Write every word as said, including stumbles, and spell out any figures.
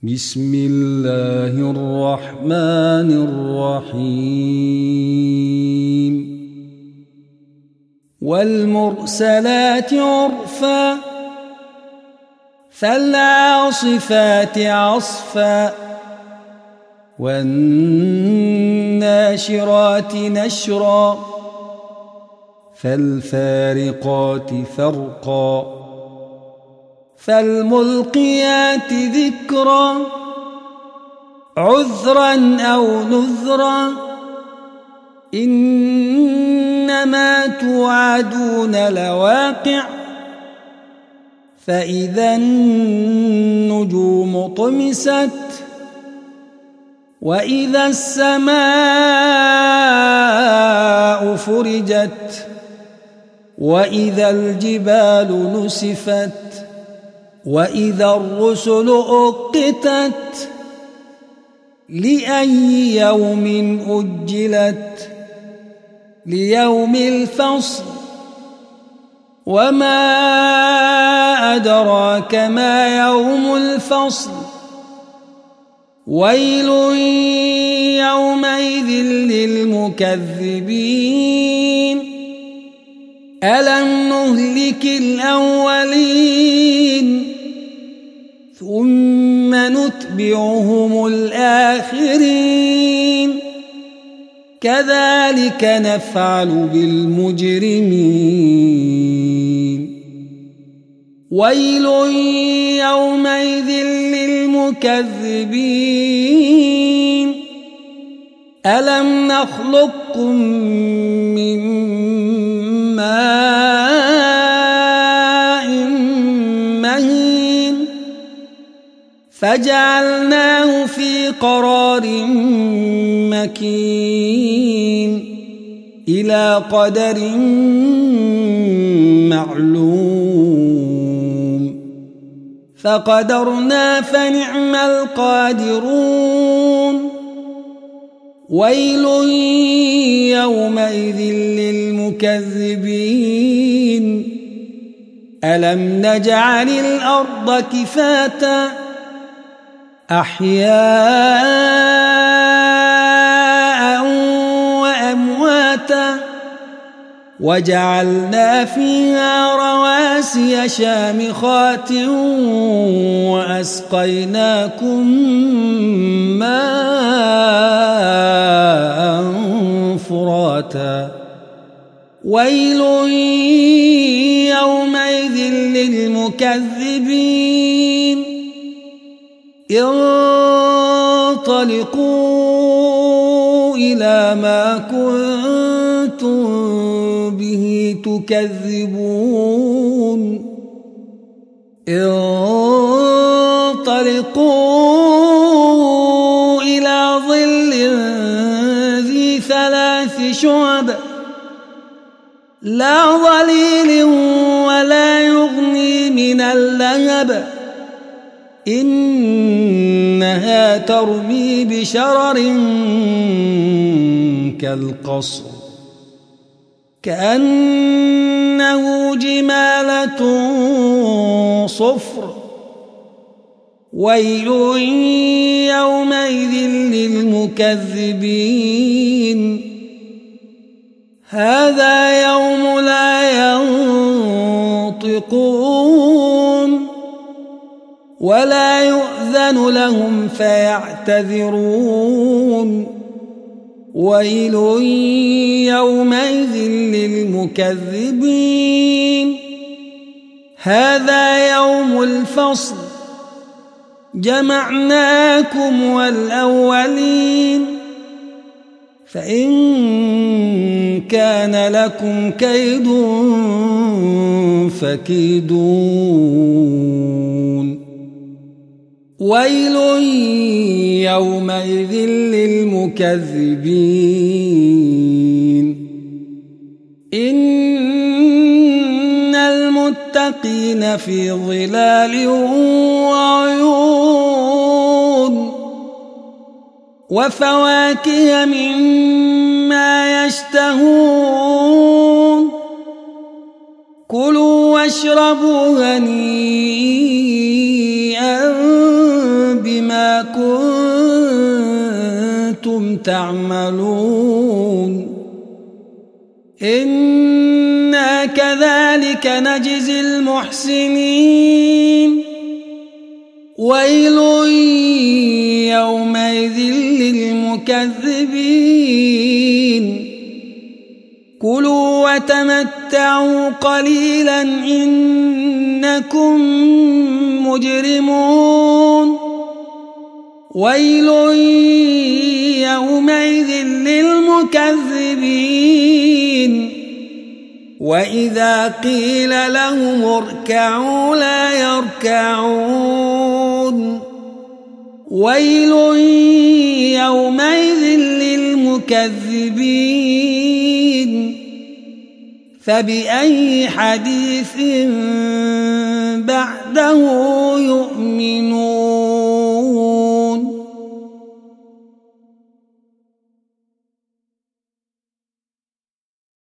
بسم الله الرحمن الرحيم والمرسلات عرفا فالعاصفات عصفا والناشرات نشرا فالفارقات فرقا فالملقيات ذكرا عذرا أو نذرا إنما توعدون لواقع فإذا النجوم طمست وإذا السماء فرجت وإذا الجبال نسفت وإذا الرسل أقتت لأي يوم أجلت ليوم الفصل وما أدراك ما يوم الفصل ويل يومئذ للمكذبين ألم نهلك الأولين ثم نتبعهم الآخرين كذلك نفعل بالمجرمين ويل يومئذ للمكذبين ألم نخلقكم من ماء مهين فجعلناه في قرار مكين إلى قدر معلوم فقدرنا فنعم القادرون ويل يومئذ للمكذبين ألم نجعل الأرض كفاتا أحياء وأمواتا وجعلنا فيها رواسي شامخات وأسقيناكم ماء فراتا ويل يومئذ للمكذبين انطلقوا إلى ما كنتم به تكذبون انطلقوا إلى ظل ذي ثلاث شعب لا ظليل ولا يغني من اللهب إنها ترمي بشرر كالقصر كأنه جمالة صفر ويل يومئذ للمكذبين هذا يوم لا ينطقون ولا يؤذن لهم فيعتذرون ويل يومئذ للمكذبين هذا يوم الفصل جمعناكم والأولين فإن كان لكم كيد فكيدون ويل يومئذ للمكذبين إن المتقين في ظلال وعيون وفواكه مما يشتهون كلوا واشربوا هنيئا بما ما كنتم تعملون إنا كذلك نجزي المحسنين ويل يومئذ للمكذبين كلوا وتمتعوا قليلا إنكم مجرمون ويل يومئذ للمكذبين وإذا قيل لهم اركعوا لا يركعون ويل يومئذ للمكذبين فبأي حديث بعده يؤمنون